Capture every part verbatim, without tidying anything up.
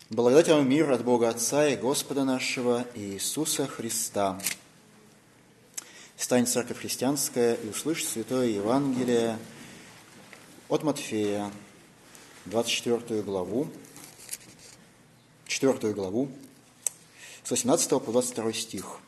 Благодать вам и мир от Бога Отца и Господа нашего Иисуса Христа. Встань, Церковь Христианская, и услышь Святое Евангелие от Матфея, двадцать четвёртую главу, четвёртую главу, с восемнадцатого по двадцать второй стих.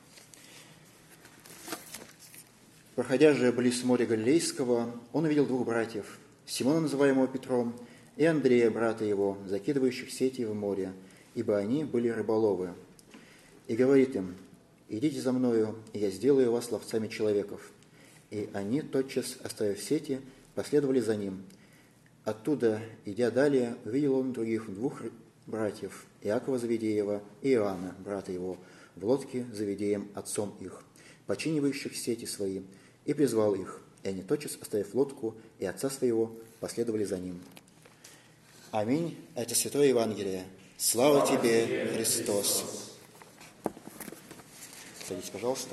Проходя же близ моря Галилейского, он увидел двух братьев, Симона, называемого Петром, и Андрея, брата его, закидывающих сети в море, ибо они были рыболовы. И говорит им: «Идите за мною, и я сделаю вас ловцами человеков». И они, тотчас оставив сети, последовали за ним. Оттуда, идя далее, увидел он других двух братьев, Иакова Завидеева и Иоанна, брата его, в лодке с Завидеем, отцом их, починивающих сети свои, и призвал их. И они, тотчас оставив лодку и отца своего, последовали за ним. Аминь. Это Святое Евангелие. Слава, Слава тебе, тебе, Христос. Садитесь, пожалуйста.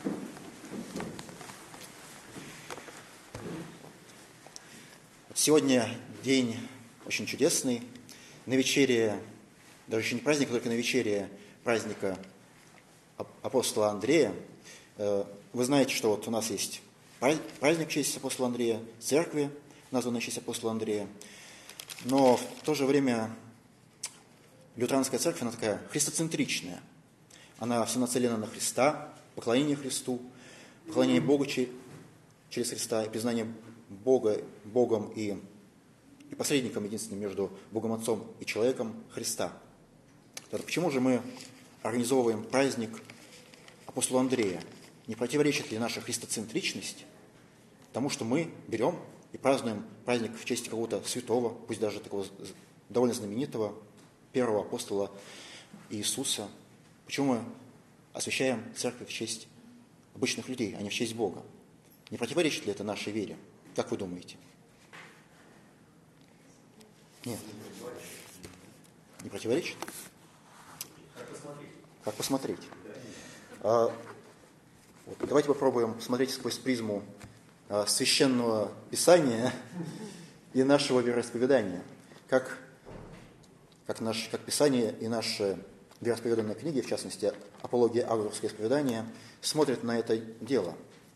Сегодня день очень чудесный. На вечере, даже еще не праздник, только на вечере праздника апостола Андрея. Вы знаете, что вот у нас есть праздник в честь апостола Андрея, церкви, названной в честь апостола Андрея. Но в то же время лютеранская церковь, она такая христоцентричная. Она все нацелена на Христа, поклонение Христу, поклонение Богу через Христа и признание Бога, Богом и, и посредником единственным между Богом Отцом и человеком Христа. Так почему же мы организовываем праздник апостола Андрея? Не противоречит ли наша христоцентричность тому, что мы берем и празднуем праздник в честь какого-то святого, пусть даже такого довольно знаменитого, первого апостола Иисуса? Почему мы освящаем церковь в честь обычных людей, а не в честь Бога? Не противоречит ли это нашей вере? Как вы думаете? Нет. Не противоречит? Как посмотреть? Как посмотреть? А, вот, давайте попробуем посмотреть сквозь призму Священного Писания и нашего вероисповедания. Как, как, наш, как Писание и наши вероисповеданные книги, в частности, апология Авгурское исповедание, смотрят на это дело.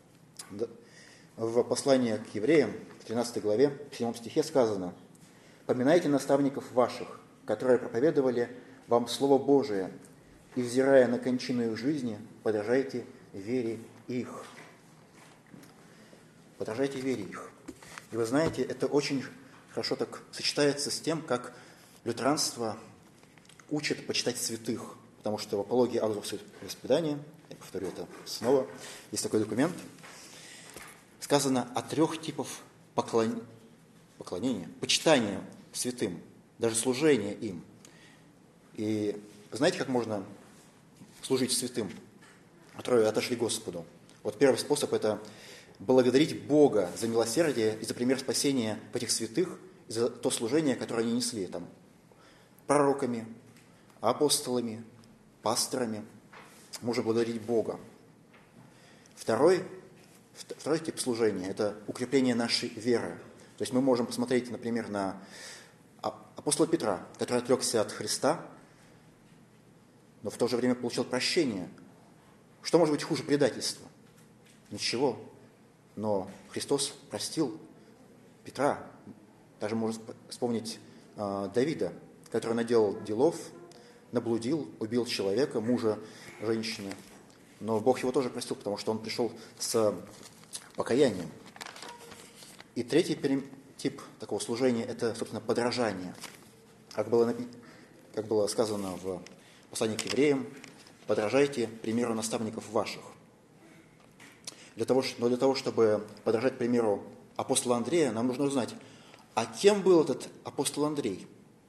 В послании к евреям, в тринадцатой главе, в седьмом стихе сказано: «Поминайте наставников ваших, которые проповедовали вам Слово Божие, и, взирая на кончину их жизни, подражайте вере их». Подражайте вере их. И вы знаете, это очень хорошо так сочетается с тем, как лютеранство учит почитать святых. Потому что в апологии Авгурского исповедания, я повторю это снова, есть такой документ, сказано о трех типах поклон... поклонения, почитания святым, даже служения им. И знаете, как можно служить святым, которые отошли Господу? Вот первый способ – это благодарить Бога за милосердие и за пример спасения этих святых, и за то служение, которое они несли там пророками, апостолами, пасторами. Можно благодарить Бога. Второй, второй тип служения – это укрепление нашей веры. То есть мы можем посмотреть, например, на апостола Петра, который отрекся от Христа, но в то же время получил прощение. Что может быть хуже предательства? Ничего. Но Христос простил Петра. Даже можно вспомнить э, Давида, который наделал делов, наблудил, убил человека, мужа женщины. Но Бог его тоже простил, потому что он пришел с покаянием. И третий тип такого служения – это, собственно, подражание. Как было, как было сказано в послании к евреям: «Подражайте примеру наставников ваших». Для того, но для того, чтобы подражать примеру апостола Андрея, нам нужно узнать, а кем был этот апостол Андрей?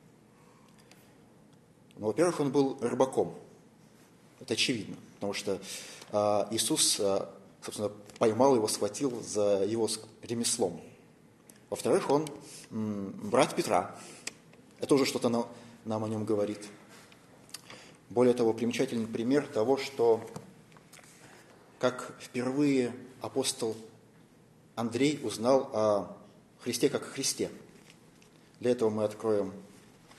Ну, во-первых, он был рыбаком. Это очевидно, потому что э, Иисус, э, собственно, поймал его, схватил за его ремеслом. Во-вторых, он м, брат Петра. Это уже что-то на, нам о нем говорит. Более того, примечательный пример того, что как впервые апостол Андрей узнал о Христе как о Христе. Для этого мы откроем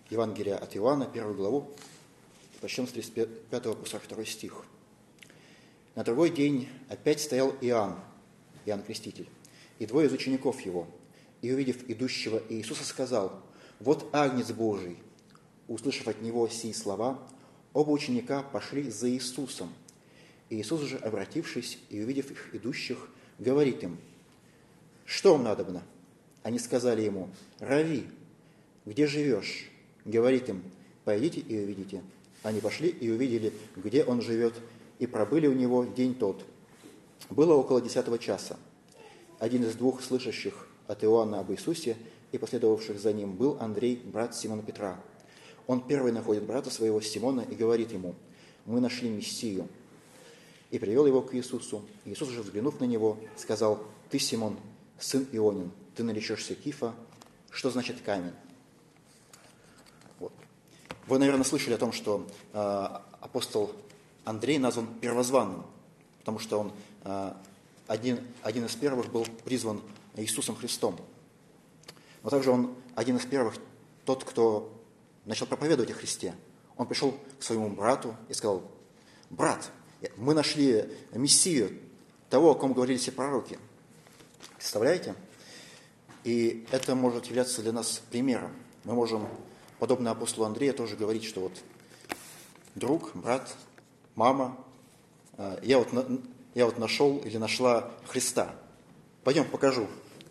Евангелия от Иоанна, первую главу, прочтем с тридцать пятого по сорок второй стих. «На другой день опять стоял Иоанн, Иоанн Креститель, и двое из учеников его, и, увидев идущего Иисуса, сказал: „Вот Агнец Божий“. Услышав от него сии слова, оба ученика пошли за Иисусом. Иисус же, обратившись и увидев их идущих, говорит им: „Что вам надобно?“ Они сказали ему: „Рави, где живешь?“ Говорит им: „Пойдите и увидите“. Они пошли и увидели, где он живет, и пробыли у него день тот. Было около десятого часа. Один из двух слышащих от Иоанна об Иисусе и последовавших за ним был Андрей, брат Симона Петра. Он первый находит брата своего Симона и говорит ему: „Мы нашли Мессию“, и привел его к Иисусу. Иисус же, взглянув на него, сказал: „Ты, Симон, сын Ионин, ты наречешься Кифа“, что значит камень. Вот. Вы, наверное, слышали о том, что э, апостол Андрей назван первозванным, потому что он э, один, один из первых был призван Иисусом Христом. Но также он один из первых, тот, кто начал проповедовать о Христе. Он пришел к своему брату и сказал: „Брат, мы нашли Мессию, того, о ком говорили все пророки“. Представляете? И это может являться для нас примером. Мы можем, подобно апостолу Андрею, тоже говорить, что вот друг, брат, мама, я вот, я вот нашел или нашла Христа. Пойдем, покажу.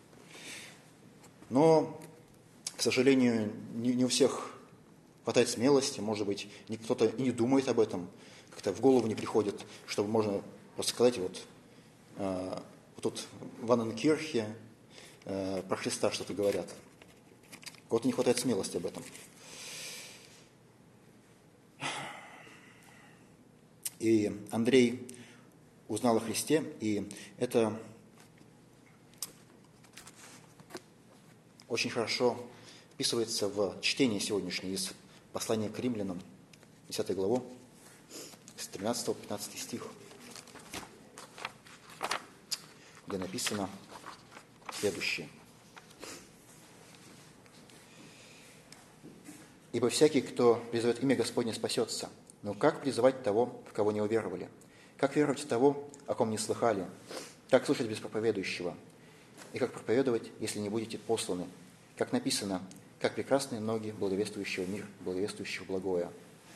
Но, к сожалению, не, не у всех хватает смелости, может быть, кто-то и не думает об этом, как-то в голову не приходит, чтобы можно просто сказать, вот, э, вот тут в Анненкирхе э, про Христа что-то говорят. У кого-то не хватает смелости об этом. И Андрей узнал о Христе, и это очень хорошо вписывается в чтение сегодняшнее из послания к римлянам, десятой главу, с тринадцатого по пятнадцатый стих, где написано следующее. «Ибо всякий, кто призовет имя Господне, спасется. Но как призывать того, в кого не уверовали? Как веровать в того, о ком не слыхали? Как слушать без проповедующего? И как проповедовать, если не будете посланы? Как написано: как прекрасные ноги благовествующего мир, благовествующего благое».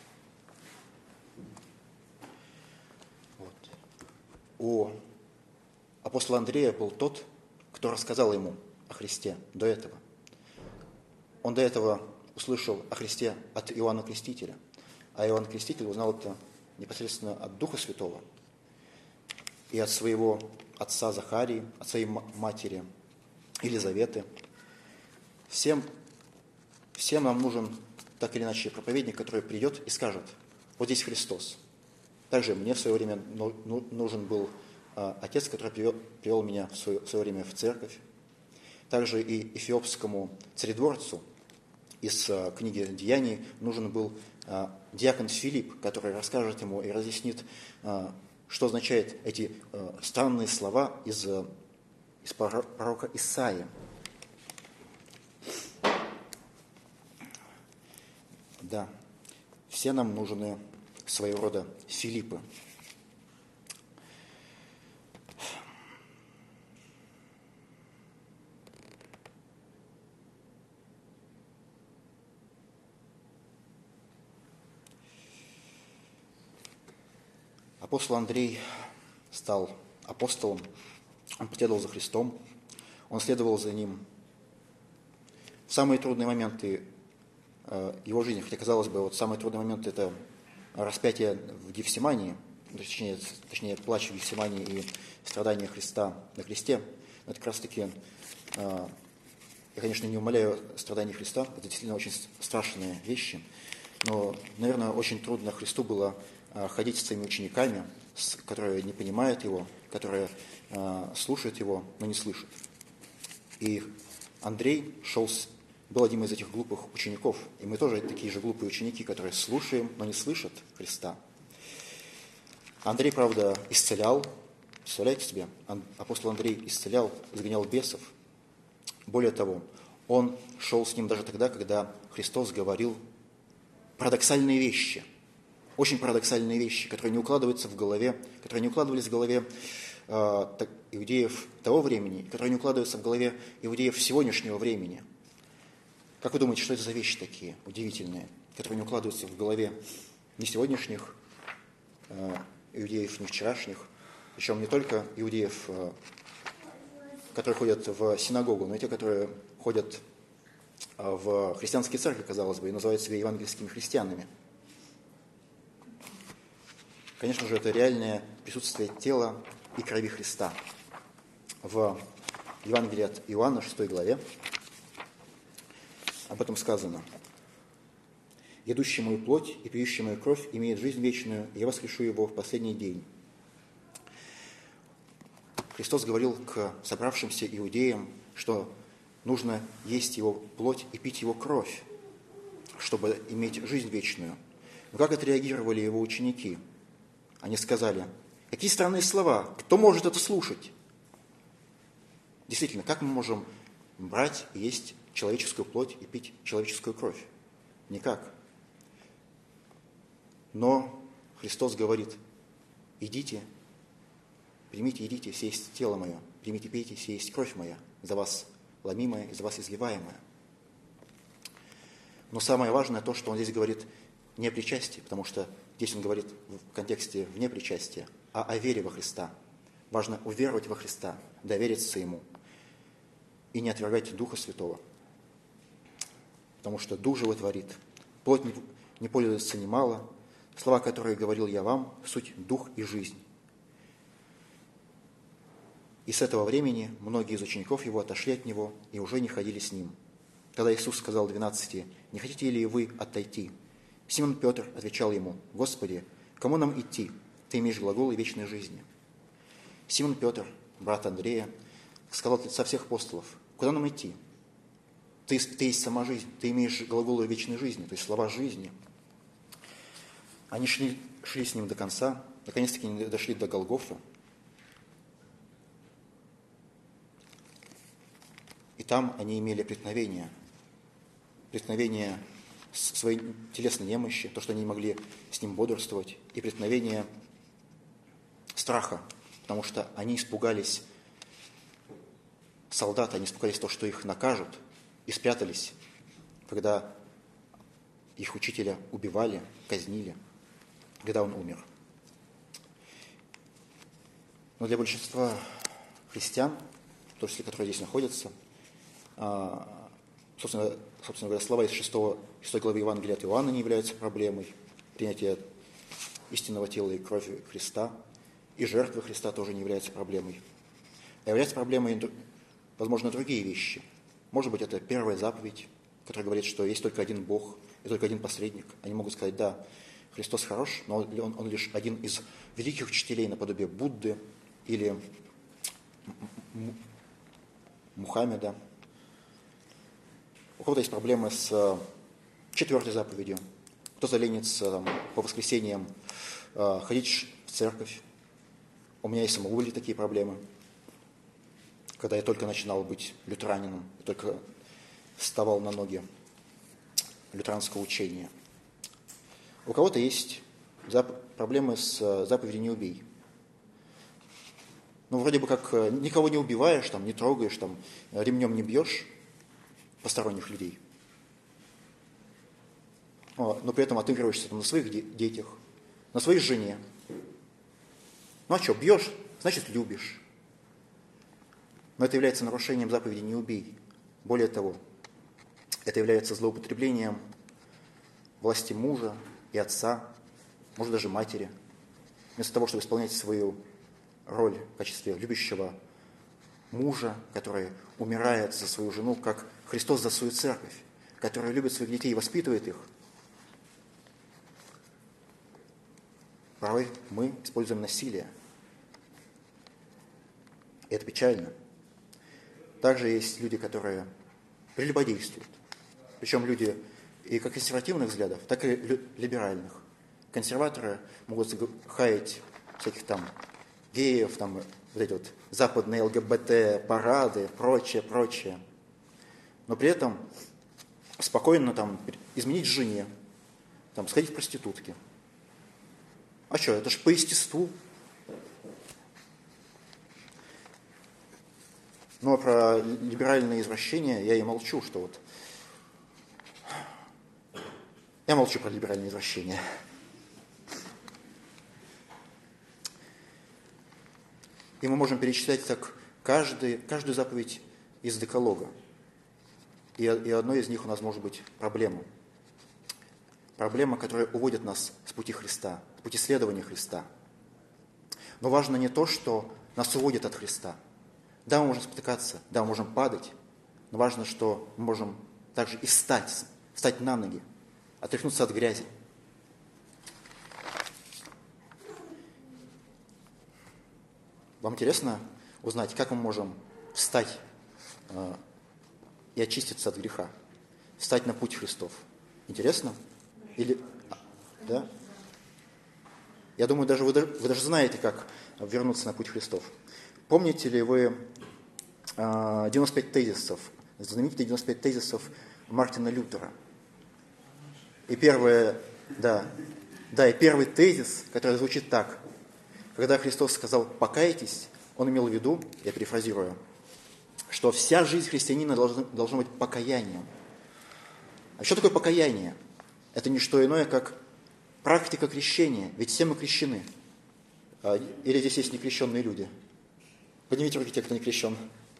Вот. У апостола Андрея был тот, кто рассказал ему о Христе до этого. Он до этого услышал о Христе от Иоанна Крестителя, а Иоанн Креститель узнал это непосредственно от Духа Святого и от своего отца Захарии, от своей матери Елизаветы. Всем, всем нам нужен так или иначе проповедник, который придет и скажет: вот здесь Христос. Также мне в свое время нужен был отец, который привел, привел меня в свое, в свое время в церковь. Также и эфиопскому царедворцу из книги «Деяний» нужен был диакон Филипп, который расскажет ему и разъяснит, что означают эти странные слова из, из пророка Исаии. Да, все нам нужны своего рода Филиппы. Апостол Андрей стал апостолом, он последовал за Христом, он следовал за Ним в самые трудные моменты его жизни, хотя, казалось бы, вот самый трудный момент – это распятие в Гефсимании, точнее, точнее плач в Гефсимании и страдания Христа на кресте. Это как раз-таки, я, конечно, не умаляю страданий Христа, это действительно очень страшные вещи, но, наверное, очень трудно Христу было ходить с своими учениками, которые не понимают Его, которые слушают Его, но не слышат. И Андрей шел с был одним из этих глупых учеников. И мы тоже такие же глупые ученики, которые слушаем, но не слышат Христа. Андрей, правда, исцелял. Представляете себе? Апостол Андрей исцелял, изгонял бесов. Более того, он шел с ним даже тогда, когда Христос говорил парадоксальные вещи, очень парадоксальные вещи, которые не укладываются в голове, которые не укладывались в голове э, так, иудеев того времени, которые не укладываются в голове иудеев сегодняшнего времени. Как вы думаете, что это за вещи такие удивительные, которые не укладываются в голове ни сегодняшних э, иудеев, ни вчерашних, причем не только иудеев, э, которые ходят в синагогу, но и те, которые ходят э, в христианские церкви, казалось бы, и называют себя евангельскими христианами. Конечно же, это реальное присутствие тела и крови Христа. В Евангелии от Иоанна, шестой главе, об этом сказано: «Едущий мою плоть и пьющий мою кровь имеет жизнь вечную, и я воскрешу его в последний день». Христос говорил к собравшимся иудеям, что нужно есть его плоть и пить его кровь, чтобы иметь жизнь вечную. Но как отреагировали его ученики? Они сказали: какие странные слова, кто может это слушать? Действительно, как мы можем брать и есть человеческую плоть и пить человеческую кровь? Никак. Но Христос говорит: идите, примите, едите, все есть тело мое, примите, пейте, все есть кровь моя, за вас ломимая и за вас изливаемая. Но самое важное то, что он здесь говорит не о причастии, потому что здесь он говорит в контексте вне причастия, а о вере во Христа. Важно уверовать во Христа, довериться Ему и не отвергать Духа Святого. Потому что Дух животворит. Плоть не, не пользуется немало. Слова, которые говорил я вам, суть дух и жизнь. И с этого времени многие из учеников его отошли от него и уже не ходили с ним. Тогда Иисус сказал двенадцати: не хотите ли вы отойти? Симон Петр отвечал ему: Господи, кому нам идти? Ты имеешь глаголы вечной жизни. Симон Петр, брат Андрея, сказал от лица всех апостолов: куда нам идти? Ты, ты есть сама жизнь, ты имеешь глаголы вечной жизни, то есть слова жизни. Они шли, шли с ним до конца, наконец-таки они дошли до Голгофы. И там они имели преткновение, преткновение своей телесной немощи, то, что они не могли с ним бодрствовать, и преткновение страха, потому что они испугались солдат, они испугались того, что их накажут, и спрятались, когда их учителя убивали, казнили, когда он умер. Но для большинства христиан, в том числе, которые здесь находятся, собственно, собственно говоря, слова из шестой главы Евангелия от Иоанна не являются проблемой. Принятие истинного тела и крови Христа и жертвы Христа тоже не является проблемой. А является проблемой, возможно, другие вещи. Может быть, это первая заповедь, которая говорит, что есть только один Бог и только один посредник. Они могут сказать: да, Христос хорош, но он, он лишь один из великих учителей наподобие Будды или Мухаммеда. У кого-то есть проблемы с четвертой заповедью. Кто-то ленится там, по воскресеньям э, ходить в церковь. У меня и самого были такие проблемы, когда я только начинал быть лютеранином, только вставал на ноги лютеранского учения. У кого-то есть зап- проблемы с заповедью «не убей». Ну, вроде бы как никого не убиваешь, там, не трогаешь, там, ремнем не бьешь посторонних людей, но при этом отыгрываешься там, на своих де- детях, на своей жене. Ну а что, бьешь, значит любишь. Но это является нарушением заповеди «не убей». Более того, это является злоупотреблением власти мужа и отца, может даже матери. Вместо того, чтобы исполнять свою роль в качестве любящего мужа, который умирает за свою жену, как Христос за свою церковь, который любит своих детей и воспитывает их, порой мы используем насилие. И это печально. Также есть люди, которые прелюбодействуют. Причем люди и как консервативных взглядов, так и либеральных. Консерваторы могут хаять всяких там геев, там вот эти вот западные ЛГБТ, парады, прочее, прочее. Но при этом спокойно там изменить жене, там, сходить в проститутки. А что, это же по естеству. Но про либеральные извращения я и молчу, что вот... Я молчу про либеральные извращения. И мы можем перечислять так каждый, каждую заповедь из Декалога. И, и одной из них у нас может быть проблема. Проблема, которая уводит нас с пути Христа, с пути следования Христа. Но важно не то, что нас уводит от Христа. Да, мы можем спотыкаться, да, мы можем падать, но важно, что мы можем также и встать, встать на ноги, отряхнуться от грязи. Вам интересно узнать, как мы можем встать э, и очиститься от греха? Встать на путь Христов. Интересно? Или, да? Я думаю, даже вы, вы даже знаете, как вернуться на путь Христов. Помните ли вы э, девяносто пять тезисов, знаменитые девяносто пять тезисов Мартина Лютера? И первое, да, да, и первый тезис, который звучит так. Когда Христос сказал «покайтесь», Он имел в виду, я перефразирую, что вся жизнь христианина должна, должна быть покаянием. А что такое покаяние? Это не что иное, как практика крещения. Ведь все мы крещены. Или здесь есть некрещенные люди? Поднимите руки те, кто не крещен.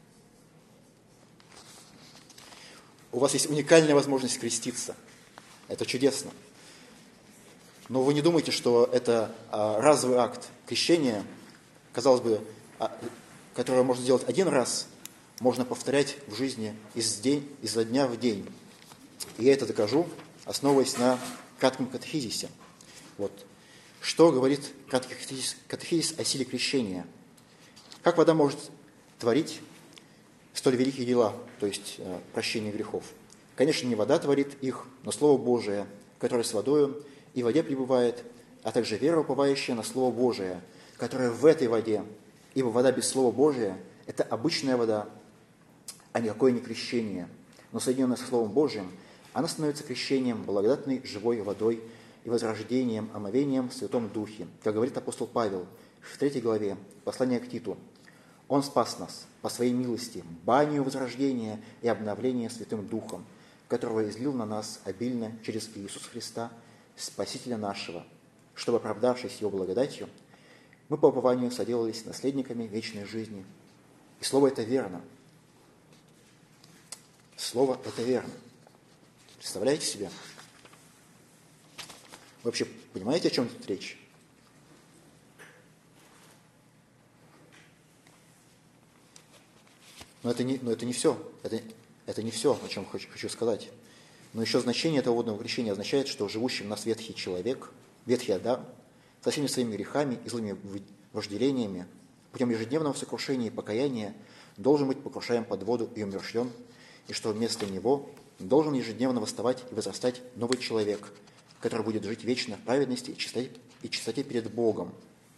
У вас есть уникальная возможность креститься. Это чудесно. Но вы не думайте, что это а, разовый акт крещения, казалось бы, а, который можно сделать один раз, можно повторять в жизни из день, изо дня в день. И я это докажу, основываясь на кратком катехизисе. Вот. Что говорит краткий катехизис, катехизис о силе крещения? Как вода может творить столь великие дела, то есть э, прощение грехов? Конечно, не вода творит их, но Слово Божие, которое с водою и в воде пребывает, а также вера, уповающая на Слово Божие, которое в этой воде, ибо вода без Слова Божия – это обычная вода, а никакое не крещение. Но соединенная со Словом Божиим, она становится крещением, благодатной живой водой и возрождением, омовением в Святом Духе, как говорит апостол Павел в третьей главе послания к Титу. Он спас нас по своей милости, банию возрождения и обновления Святым Духом, которого излил на нас обильно через Иисуса Христа, Спасителя нашего, чтобы, оправдавшись Его благодатью, мы по упованию соделались наследниками вечной жизни. И Слово это верно. Слово это верно. Представляете себе? Вы вообще понимаете, о чем тут речь? Но это не, но это не все. Это, это не все, о чем хочу, хочу сказать. Но еще значение этого водного крещения означает, что живущий в нас ветхий человек, ветхий Адам, со всеми своими грехами и злыми вожделениями, путем ежедневного сокрушения и покаяния должен быть покрушаем под воду и умерщвлен, и что вместо него должен ежедневно восставать и возрастать новый человек, который будет жить вечно в праведности и чистоте, и чистоте перед Богом.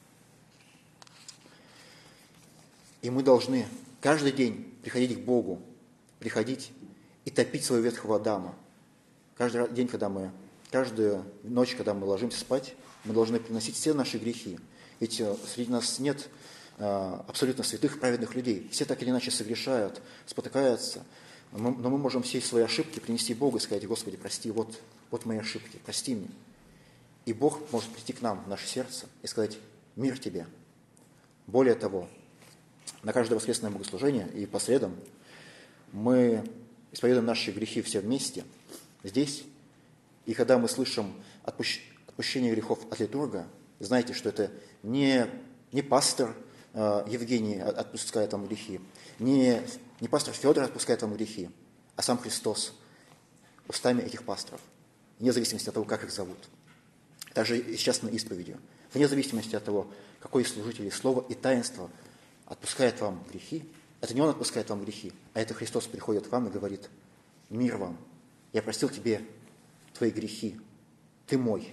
И мы должны каждый день приходить к Богу, приходить и топить своего ветхого Адама. Каждый день, когда мы, каждую ночь, когда мы ложимся спать, мы должны приносить все наши грехи. Ведь среди нас нет а, абсолютно святых, праведных людей. Все так или иначе согрешают, спотыкаются. Но мы, но мы можем все свои ошибки принести Богу и сказать: Господи, прости, вот, вот мои ошибки, прости мне. И Бог может прийти к нам в наше сердце и сказать: мир тебе. Более того, на каждое воскресное богослужение и по средам мы исповедуем наши грехи все вместе здесь. И когда мы слышим отпущ... отпущение грехов от литурга, знаете, что это не, не пастор э, Евгений отпускает вам грехи, не, не пастор Федор отпускает вам грехи, а сам Христос устами этих пасторов, вне зависимости от того, как их зовут. Также и сейчас на исповедью, вне зависимости от того, какой из служителей слова и таинства отпускает вам грехи. Это не Он отпускает вам грехи, а это Христос приходит к вам и говорит: мир вам, я простил тебе твои грехи, ты мой.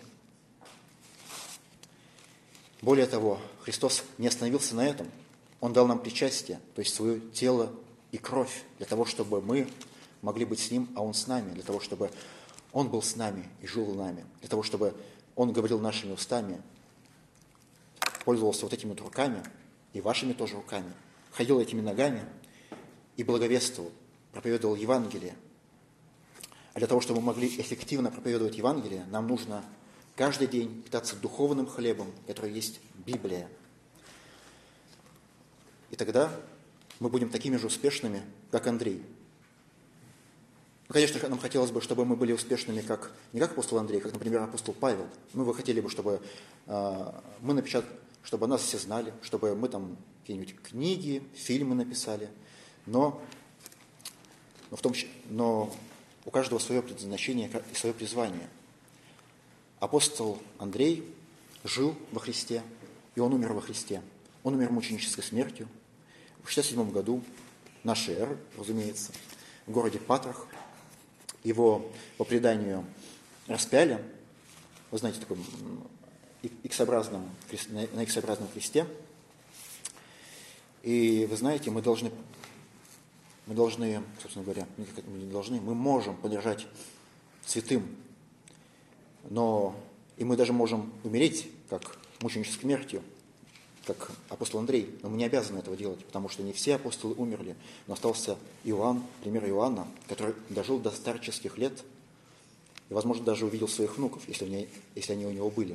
Более того, Христос не остановился на этом. Он дал нам причастие, то есть свое тело и кровь, для того, чтобы мы могли быть с Ним, а Он с нами, для того, чтобы Он был с нами и жил нами, для того, чтобы Он говорил нашими устами, пользовался вот этими вот руками и вашими тоже руками, ходил этими ногами и благовествовал, проповедовал Евангелие. А для того, чтобы мы могли эффективно проповедовать Евангелие, нам нужно каждый день питаться духовным хлебом, который есть Библия. И тогда мы будем такими же успешными, как Андрей. Ну, конечно, нам хотелось бы, чтобы мы были успешными, как, не как апостол Андрей, как, например, апостол Павел. Мы бы хотели бы, чтобы э, мы напечатали, чтобы нас все знали, чтобы мы там какие-нибудь книги, фильмы написали. Но, но, в том, но у каждого свое предназначение и свое призвание. Апостол Андрей жил во Христе, и он умер во Христе. Он умер мученической смертью в шестьдесят седьмом году нашей эры, разумеется, в городе Патрах. Его по преданию распяли, вы знаете, такой иксообразном, на иксообразном кресте. И вы знаете, мы должны, мы должны, собственно говоря, мы не должны, мы можем подражать святым, но и мы даже можем умереть, как мученической смертью, как апостол Андрей, но мы не обязаны этого делать, потому что не все апостолы умерли, но остался Иоанн, пример Иоанна, который дожил до старческих лет и, возможно, даже увидел своих внуков, если, не, если они у него были.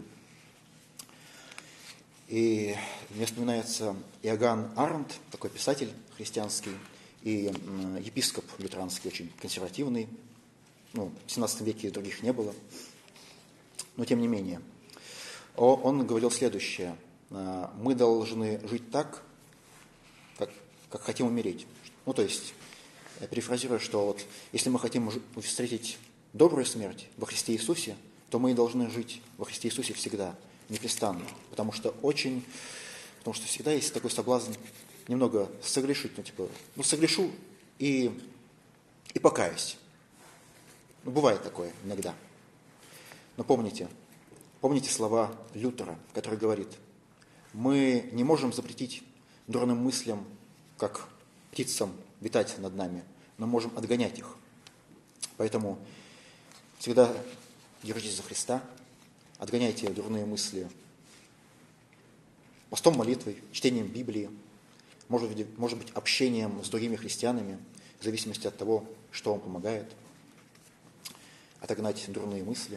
И мне вспоминается Иоганн Арндт, такой писатель христианский, и епископ лютеранский, очень консервативный. Ну, в семнадцатом веке других не было. Но тем не менее. Он говорил следующее. Мы должны жить так, как, как хотим умереть. Ну, то есть, перефразируя, что вот, если мы хотим встретить добрую смерть во Христе Иисусе, то мы и должны жить во Христе Иисусе всегда, непрестанно. Потому что очень, потому что всегда есть такой соблазн немного согрешить, ну, типа, ну, согрешу и, и покаюсь. Ну, бывает такое иногда. Но помните, помните слова Лютера, который говорит: мы не можем запретить дурным мыслям, как птицам, витать над нами, но можем отгонять их. Поэтому всегда держитесь за Христа, отгоняйте дурные мысли постом, молитвой, чтением Библии, может быть, может быть, общением с другими христианами, в зависимости от того, что вам помогает, отогнать дурные мысли.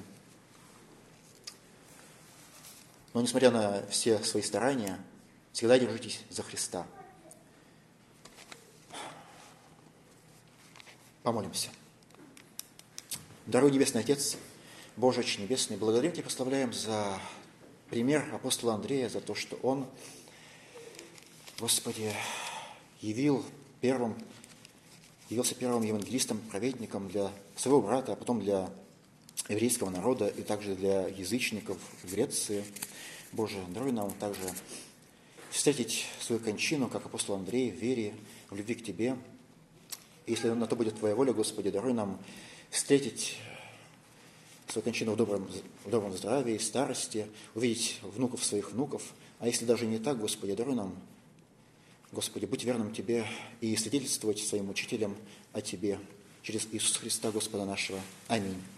Но, несмотря на все свои старания, всегда держитесь за Христа. Помолимся. Дорогой Небесный Отец, Боже Отче Небесный, благодарим Тебя, прославляем за пример апостола Андрея, за то, что он, Господи, явил первым, явился первым евангелистом, праведником для своего брата, а потом для еврейского народа и также для язычников в Греции. Боже, даруй нам также встретить свою кончину, как апостол Андрей, в вере, в любви к Тебе. И если на то будет Твоя воля, Господи, даруй нам встретить свою кончину в добром, в добром здравии, старости, увидеть внуков своих внуков. А если даже не так, Господи, даруй нам, Господи, быть верным Тебе и свидетельствовать своим учителям о Тебе через Иисуса Христа, Господа нашего. Аминь.